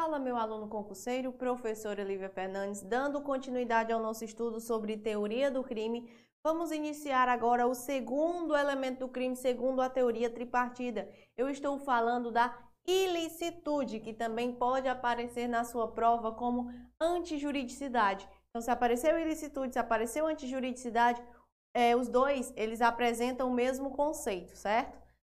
Fala, meu aluno concurseiro, professora Lívia Fernandes, dando continuidade ao nosso estudo sobre teoria do crime. Vamos iniciar agora o segundo elemento do crime, segundo a teoria tripartida. Eu estou falando da ilicitude, que também pode aparecer na sua prova como antijuridicidade. Então, se apareceu ilicitude, se apareceu antijuridicidade, os dois, eles apresentam o mesmo conceito, certo?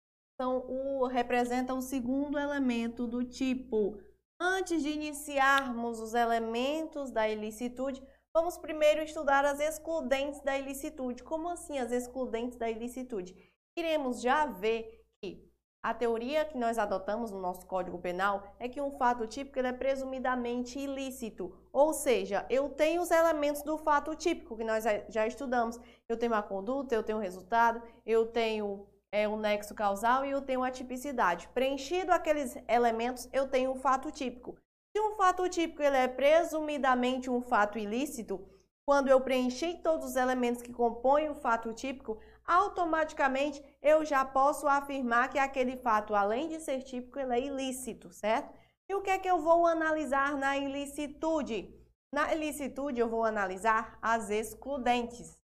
Então, representam o segundo elemento do tipo. Antes de iniciarmos os elementos da ilicitude, vamos primeiro estudar as excludentes da ilicitude. Como assim as excludentes da ilicitude? Iremos já ver que a teoria que nós adotamos no nosso Código Penal é que um fato típico ele é presumidamente ilícito. Ou seja, eu tenho os elementos do fato típico que nós já estudamos. Eu tenho a conduta, eu tenho o resultado, eu tenho o nexo causal e eu tenho a tipicidade. Preenchido aqueles elementos, eu tenho um fato típico. Se um fato típico ele é presumidamente um fato ilícito, quando eu preenchi todos os elementos que compõem o fato típico, automaticamente eu já posso afirmar que aquele fato, além de ser típico, ele é ilícito, certo? E o que é que eu vou analisar na ilicitude? Na ilicitude, eu vou analisar as excludentes.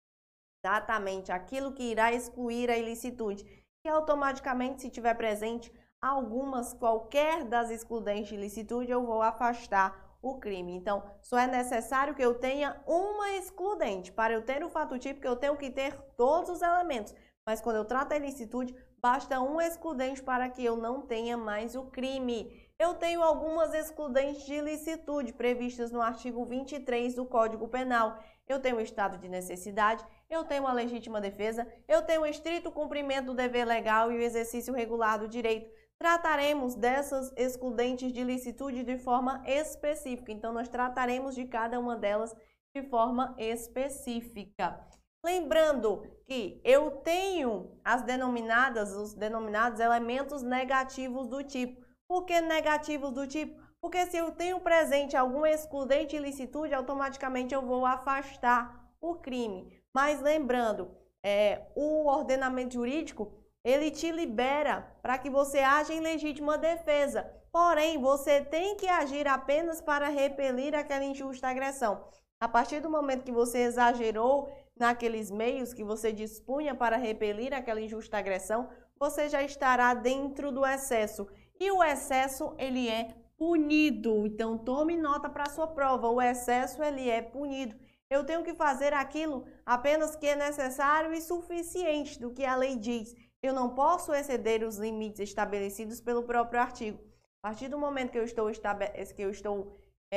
Exatamente aquilo que irá excluir a ilicitude. E automaticamente, se tiver presente qualquer das excludentes de ilicitude, eu vou afastar o crime. Então, só é necessário que eu tenha uma excludente. Para eu ter o fato típico, eu tenho que ter todos os elementos. Mas quando eu trato a ilicitude, basta um excludente para que eu não tenha mais o crime. Eu tenho algumas excludentes de ilicitude previstas no artigo 23 do Código Penal. Eu tenho o estado de necessidade, eu tenho a legítima defesa, eu tenho o estrito cumprimento do dever legal e o exercício regular do direito. Trataremos dessas excludentes de ilicitude de forma específica. Então, nós trataremos de cada uma delas de forma específica. Lembrando que eu tenho os denominados elementos negativos do tipo. Por que negativos do tipo? Porque se eu tenho presente algum excludente de ilicitude, automaticamente eu vou afastar o crime. Mas lembrando, o ordenamento jurídico, ele te libera para que você haja em legítima defesa. Porém, você tem que agir apenas para repelir aquela injusta agressão. A partir do momento que você exagerou naqueles meios que você dispunha para repelir aquela injusta agressão, você já estará dentro do excesso. E o excesso, ele é punido. Então, tome nota para a sua prova. O excesso, ele é punido. Eu tenho que fazer aquilo apenas que é necessário e suficiente do que a lei diz. Eu não posso exceder os limites estabelecidos pelo próprio artigo. A partir do momento que eu estou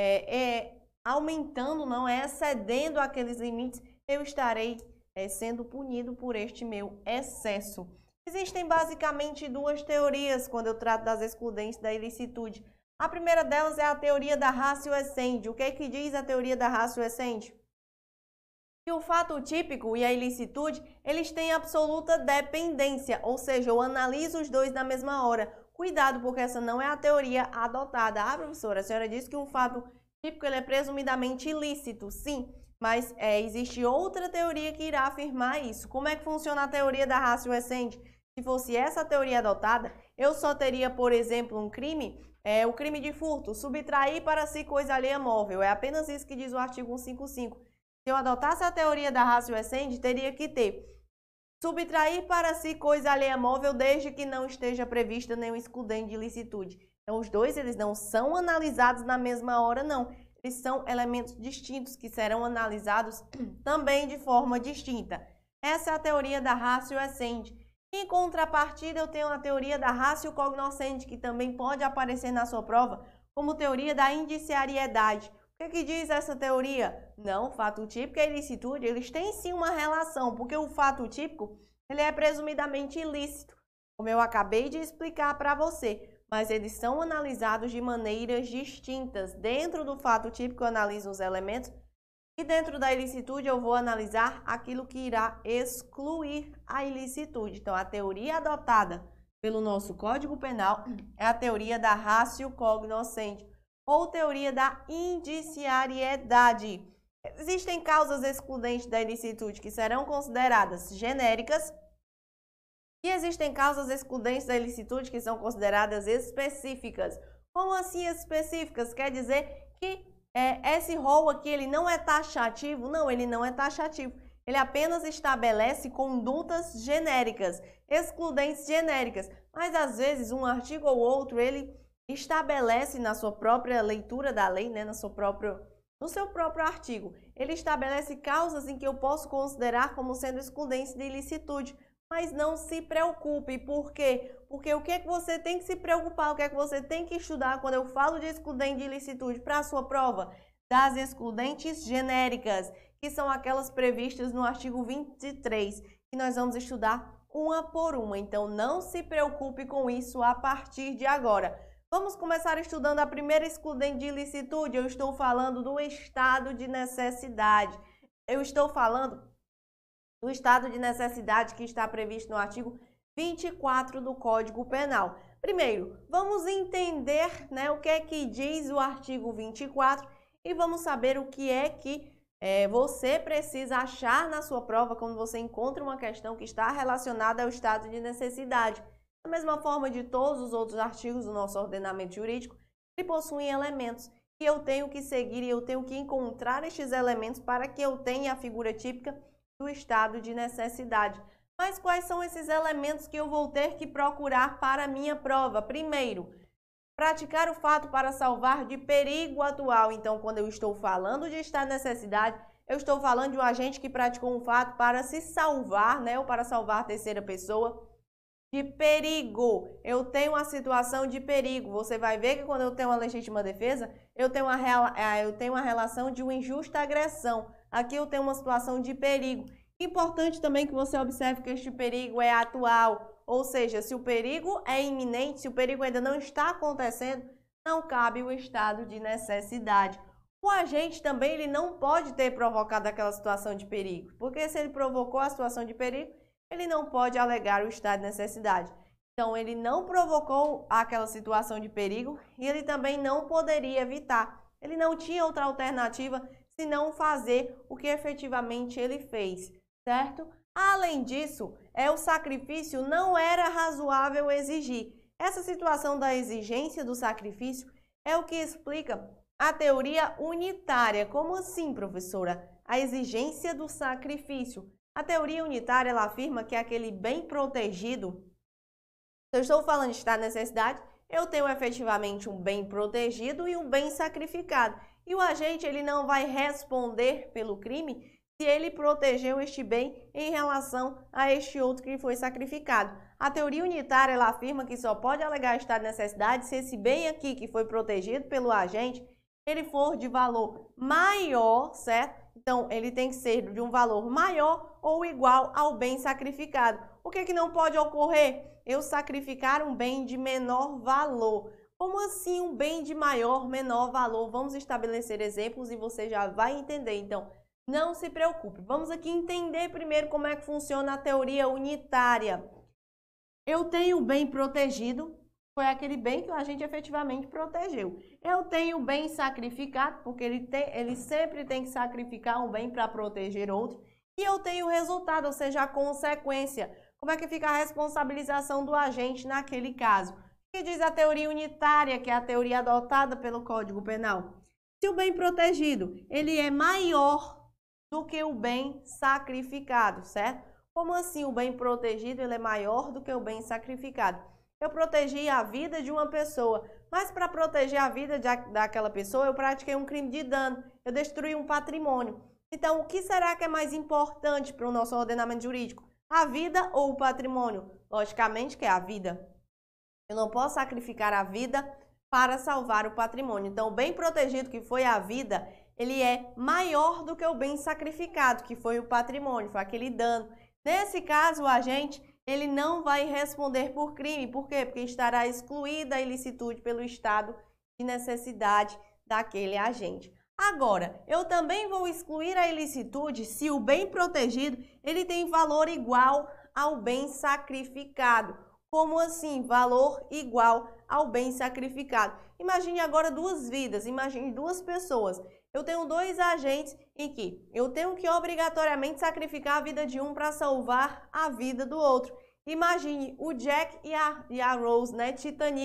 aumentando, não é excedendo aqueles limites, eu estarei sendo punido por este meu excesso. Existem basicamente duas teorias quando eu trato das excludentes da ilicitude. A primeira delas é a teoria da ratio essendi. O que é que diz a teoria da ratio essendi? Que o fato típico e a ilicitude, eles têm absoluta dependência, ou seja, eu analiso os dois na mesma hora. Cuidado, porque essa não é a teoria adotada. Ah, professora, a senhora disse que um fato típico ele é presumidamente ilícito, sim, mas existe outra teoria que irá afirmar isso. Como é que funciona a teoria da ratio essendi? Se fosse essa teoria adotada, eu só teria, por exemplo, um crime, o crime de furto, subtrair para si coisa alheia móvel. É apenas isso que diz o artigo 155. Se eu adotasse a teoria da ratio essendi, teria que ter subtrair para si coisa alheia móvel desde que não esteja prevista nenhum excludente de ilicitude. Então, os dois eles não são analisados na mesma hora, não. Eles são elementos distintos que serão analisados também de forma distinta. Essa é a teoria da ratio essendi. Em contrapartida, eu tenho a teoria da ratio cognoscendi, que também pode aparecer na sua prova como teoria da indiciariedade. O que diz essa teoria? Não, o fato típico e a ilicitude, eles têm sim uma relação, porque o fato típico, ele é presumidamente ilícito, como eu acabei de explicar para você, mas eles são analisados de maneiras distintas. Dentro do fato típico, eu analiso os elementos, e dentro da ilicitude, eu vou analisar aquilo que irá excluir a ilicitude. Então, a teoria adotada pelo nosso Código Penal é a teoria da ratio cognoscendi, ou teoria da indiciariedade. Existem causas excludentes da ilicitude que serão consideradas genéricas e existem causas excludentes da ilicitude que são consideradas específicas. Como assim específicas? Quer dizer que esse rol aqui ele não é taxativo? Não, ele não é taxativo. Ele apenas estabelece condutas genéricas, excludentes genéricas. Mas às vezes um artigo ou outro ele estabelece na sua própria leitura da lei, né, no seu próprio artigo, ele estabelece causas em que eu posso considerar como sendo excludentes de ilicitude. Mas não se preocupe, por quê? Porque o que é que você tem que se preocupar, o que é que você tem que estudar quando eu falo de excludente de ilicitude para a sua prova? Das excludentes genéricas, que são aquelas previstas no artigo 23, que nós vamos estudar uma por uma. Então, não se preocupe com isso a partir de agora. Vamos começar estudando a primeira excludente de ilicitude. Eu estou falando do estado de necessidade. Eu estou falando do estado de necessidade que está previsto no artigo 24 do Código Penal. Primeiro, vamos entender, né, o que é que diz o artigo 24 e vamos saber o que é que você precisa achar na sua prova quando você encontra uma questão que está relacionada ao estado de necessidade. Da mesma forma de todos os outros artigos do nosso ordenamento jurídico, que possuem elementos que eu tenho que seguir e eu tenho que encontrar estes elementos para que eu tenha a figura típica do estado de necessidade. Mas quais são esses elementos que eu vou ter que procurar para a minha prova? Primeiro, praticar o fato para salvar de perigo atual. Então, quando eu estou falando de estado de necessidade, eu estou falando de um agente que praticou um fato para se salvar, né, ou para salvar a terceira pessoa de perigo. Eu tenho uma situação de perigo. Você vai ver que quando eu tenho uma legítima defesa, eu tenho uma relação de uma injusta agressão. Aqui eu tenho uma situação de perigo. Importante também que você observe que este perigo é atual, ou seja, se o perigo é iminente, se o perigo ainda não está acontecendo, não cabe o estado de necessidade. O agente também ele não pode ter provocado aquela situação de perigo, porque se ele provocou a situação de perigo, ele não pode alegar o estado de necessidade. Então, ele não provocou aquela situação de perigo e ele também não poderia evitar. Ele não tinha outra alternativa senão fazer o que efetivamente ele fez, certo? Além disso, o sacrifício não era razoável exigir. Essa situação da exigência do sacrifício é o que explica a teoria unitária. Como assim, professora? A exigência do sacrifício. A teoria unitária ela afirma que aquele bem protegido, se eu estou falando de estado de necessidade, eu tenho efetivamente um bem protegido e um bem sacrificado. E o agente ele não vai responder pelo crime se ele protegeu este bem em relação a este outro que foi sacrificado. A teoria unitária ela afirma que só pode alegar estado de necessidade se esse bem aqui que foi protegido pelo agente, ele for de valor maior, certo? Então, ele tem que ser de um valor maior ou igual ao bem sacrificado. O que não pode ocorrer? Eu sacrificar um bem de menor valor. Como assim um bem de maior, menor valor? Vamos estabelecer exemplos e você já vai entender. Então, não se preocupe. Vamos aqui entender primeiro como é que funciona a teoria unitária. Eu tenho o bem protegido, foi aquele bem que o agente efetivamente protegeu. Eu tenho o bem sacrificado, porque ele sempre tem que sacrificar um bem para proteger outro. E eu tenho o resultado, ou seja, a consequência. Como é que fica a responsabilização do agente naquele caso? O que diz a teoria unitária, que é a teoria adotada pelo Código Penal? Se o bem protegido ele é maior do que o bem sacrificado, certo? Como assim o bem protegido ele é maior do que o bem sacrificado? Eu protegi a vida de uma pessoa, mas para proteger a vida daquela pessoa, eu pratiquei um crime de dano, eu destruí um patrimônio. Então, o que será que é mais importante para o nosso ordenamento jurídico? A vida ou o patrimônio? Logicamente que é a vida. Eu não posso sacrificar a vida para salvar o patrimônio. Então, o bem protegido, que foi a vida, ele é maior do que o bem sacrificado, que foi o patrimônio, foi aquele dano. Nesse caso, o agente ele não vai responder por crime. Por quê? Porque estará excluída a ilicitude pelo estado de necessidade daquele agente. Agora, eu também vou excluir a ilicitude se o bem protegido ele tem valor igual ao bem sacrificado. Como assim? Valor igual ao bem sacrificado. Imagine agora duas vidas, imagine duas pessoas. Eu tenho dois agentes em que eu tenho que obrigatoriamente sacrificar a vida de um para salvar a vida do outro. Imagine o Jack e a Rose, né? Titanic.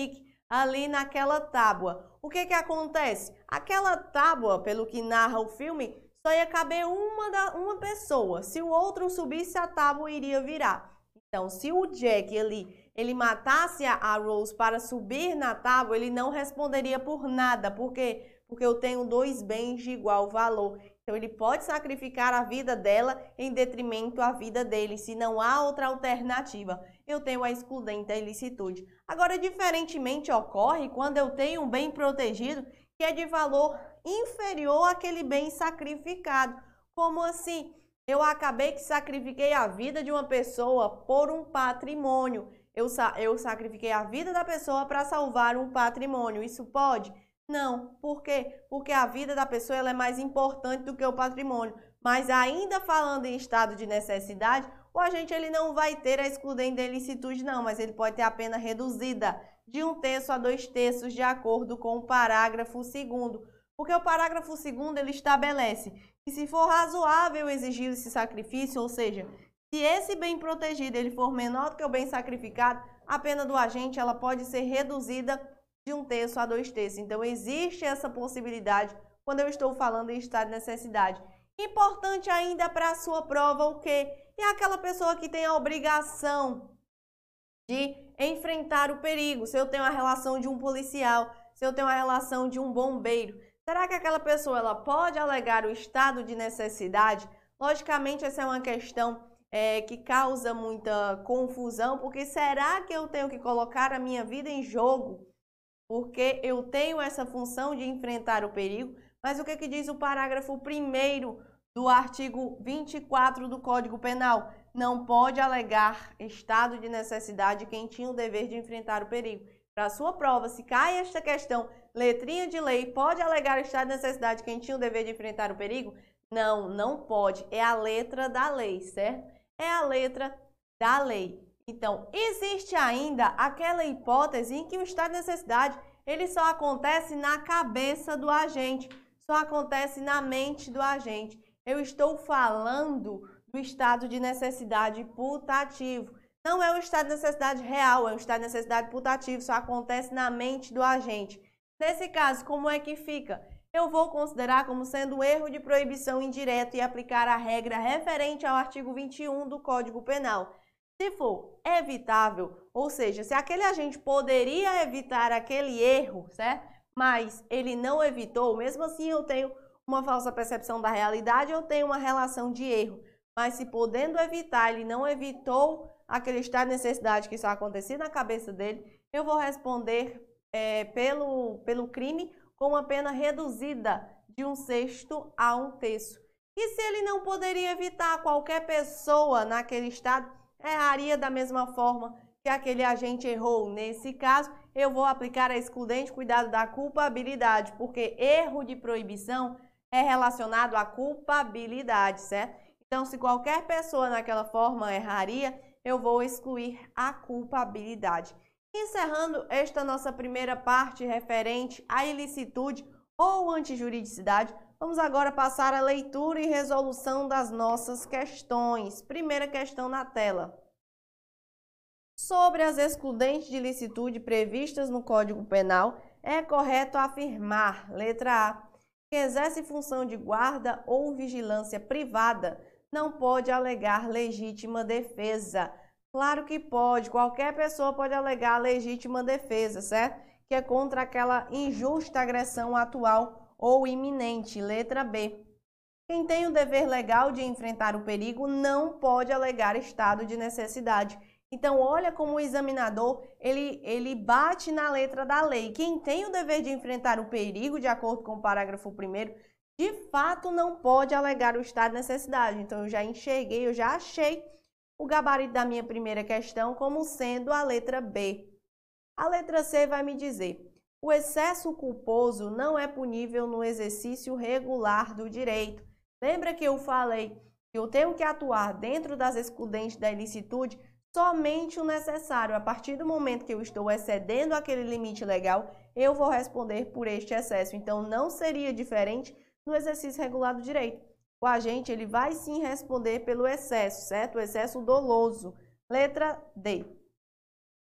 ali naquela tábua. O que acontece? Aquela tábua, pelo que narra o filme, só ia caber uma pessoa. Se o outro subisse, a tábua iria virar. Então, se o Jack ele matasse a Rose para subir na tábua, ele não responderia por nada. Por quê? Porque eu tenho dois bens de igual valor. Então, ele pode sacrificar a vida dela em detrimento à vida dele, se não há outra alternativa. Eu tenho a excludente da ilicitude. Agora, diferentemente ocorre quando eu tenho um bem protegido que é de valor inferior àquele bem sacrificado. Como assim? Eu acabei que sacrifiquei a vida de uma pessoa por um patrimônio. Eu sacrifiquei a vida da pessoa para salvar um patrimônio. Isso pode? Não. Por quê? Porque a vida da pessoa ela é mais importante do que o patrimônio. Mas ainda falando em estado de necessidade, o agente ele não vai ter a excludente da ilicitude, não, mas ele pode ter a pena reduzida de 1/3 a 2/3, de acordo com o parágrafo 2º. Porque o parágrafo 2º ele estabelece que se for razoável exigir esse sacrifício, ou seja, se esse bem protegido ele for menor do que o bem sacrificado, a pena do agente ela pode ser reduzida de 1/3 a 2/3. Então, existe essa possibilidade quando eu estou falando em estado de necessidade. Importante ainda para a sua prova o quê? É aquela pessoa que tem a obrigação de enfrentar o perigo. Se eu tenho a relação de um policial, se eu tenho a relação de um bombeiro, será que aquela pessoa ela pode alegar o estado de necessidade? Logicamente, essa é uma questão que causa muita confusão, porque será que eu tenho que colocar a minha vida em jogo? Porque eu tenho essa função de enfrentar o perigo, mas o que diz o parágrafo 1º do artigo 24 do Código Penal? Não pode alegar estado de necessidade quem tinha o dever de enfrentar o perigo. Para a sua prova, se cai esta questão, letrinha de lei, pode alegar estado de necessidade quem tinha o dever de enfrentar o perigo? Não, não pode. É a letra da lei, certo? É a letra da lei. Então, existe ainda aquela hipótese em que o estado de necessidade ele só acontece na cabeça do agente, só acontece na mente do agente. Eu estou falando do estado de necessidade putativo. Não é um estado de necessidade real, é um estado de necessidade putativo, só acontece na mente do agente. Nesse caso, como é que fica? Eu vou considerar como sendo erro de proibição indireta e aplicar a regra referente ao artigo 21 do Código Penal. Se for evitável, ou seja, se aquele agente poderia evitar aquele erro, certo? Mas ele não evitou, mesmo assim eu tenho uma falsa percepção da realidade, eu tenho uma relação de erro. Mas se podendo evitar, ele não evitou aquele estado de necessidade que só acontecia na cabeça dele, eu vou responder pelo crime com uma pena reduzida de 1/6 a 1/3. E se ele não poderia evitar, qualquer pessoa naquele estado erraria da mesma forma que aquele agente errou. Nesse caso, eu vou aplicar a excludente cuidado da culpabilidade, porque erro de proibição é relacionado à culpabilidade, certo? Então, se qualquer pessoa naquela forma erraria, eu vou excluir a culpabilidade. Encerrando esta nossa primeira parte referente à ilicitude ou antijuridicidade, vamos agora passar a leitura e resolução das nossas questões. Primeira questão na tela. Sobre as excludentes de ilicitude previstas no Código Penal, é correto afirmar, letra A, que exerce função de guarda ou vigilância privada não pode alegar legítima defesa. Claro que pode, qualquer pessoa pode alegar legítima defesa, certo? Que é contra aquela injusta agressão atual ou iminente, letra B. Quem tem o dever legal de enfrentar o perigo não pode alegar estado de necessidade. Então, olha como o examinador, ele bate na letra da lei. Quem tem o dever de enfrentar o perigo, de acordo com o parágrafo 1º, de fato não pode alegar o estado de necessidade. Então, eu já enxerguei, eu já achei o gabarito da minha primeira questão como sendo a letra B. A letra C vai me dizer: o excesso culposo não é punível no exercício regular do direito. Lembra que eu falei que eu tenho que atuar dentro das excludentes da ilicitude somente o necessário. A partir do momento que eu estou excedendo aquele limite legal, eu vou responder por este excesso. Então, não seria diferente no exercício regular do direito. O agente ele vai sim responder pelo excesso, certo? O excesso doloso. Letra D.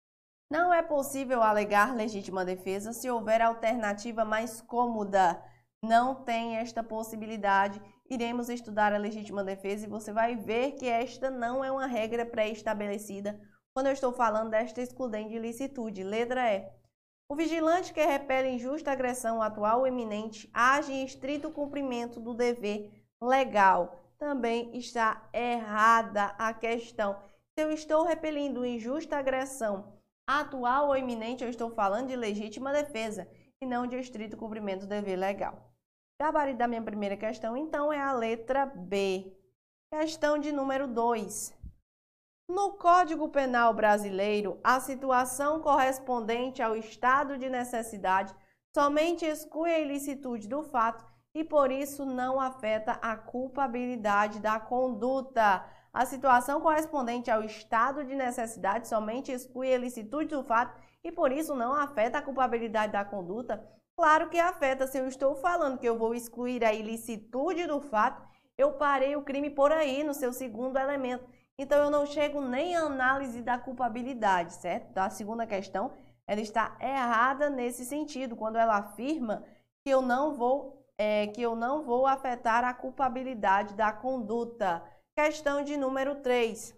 Não é possível alegar legítima defesa se houver alternativa mais cômoda. Não tem esta possibilidade. Iremos estudar a legítima defesa e você vai ver que esta não é uma regra pré-estabelecida quando eu estou falando desta excludente de ilicitude. Letra E. O vigilante que repele injusta agressão atual ou iminente age em estrito cumprimento do dever legal. Também está errada a questão. Se eu estou repelindo injusta agressão atual ou iminente, eu estou falando de legítima defesa e não de estrito cumprimento do dever legal. Gabarito da minha primeira questão, então, é a letra B. Questão de número 2. No Código Penal brasileiro, a situação correspondente ao estado de necessidade somente exclui a ilicitude do fato e, por isso, não afeta a culpabilidade da conduta. A situação correspondente ao estado de necessidade somente exclui a ilicitude do fato e, por isso, não afeta a culpabilidade da conduta. Claro que afeta. Se eu estou falando que eu vou excluir a ilicitude do fato, eu parei o crime por aí, no seu segundo elemento. Então, eu não chego nem à análise da culpabilidade, certo? Então, a segunda questão, ela está errada nesse sentido, quando ela afirma que eu não vou afetar a culpabilidade da conduta. Questão de número 3.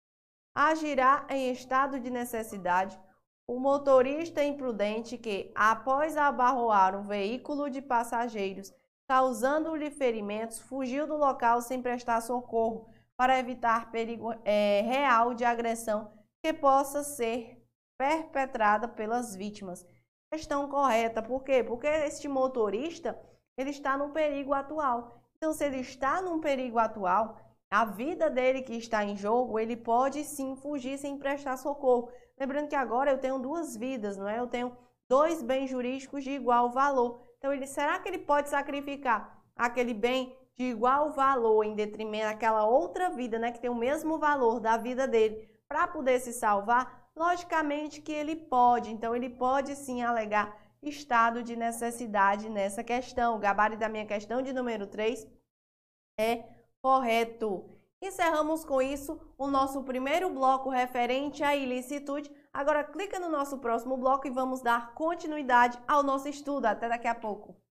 Agirá em estado de necessidade o motorista imprudente que, após abarroar um veículo de passageiros, causando-lhe ferimentos, fugiu do local sem prestar socorro para evitar perigo real de agressão que possa ser perpetrada pelas vítimas. Questão correta. Por quê? Porque este motorista, ele está num perigo atual. Então, se ele está num perigo atual, a vida dele que está em jogo, ele pode sim fugir sem prestar socorro. Lembrando que agora eu tenho duas vidas, não é? Eu tenho dois bens jurídicos de igual valor. Então, será que ele pode sacrificar aquele bem de igual valor em detrimento daquela outra vida, né, que tem o mesmo valor da vida dele, para poder se salvar? Logicamente que ele pode. Então, ele pode sim alegar estado de necessidade nessa questão. O gabarito da minha questão de número 3 é correto. Encerramos com isso o nosso primeiro bloco referente à ilicitude. Agora clica no nosso próximo bloco e vamos dar continuidade ao nosso estudo. Até daqui a pouco.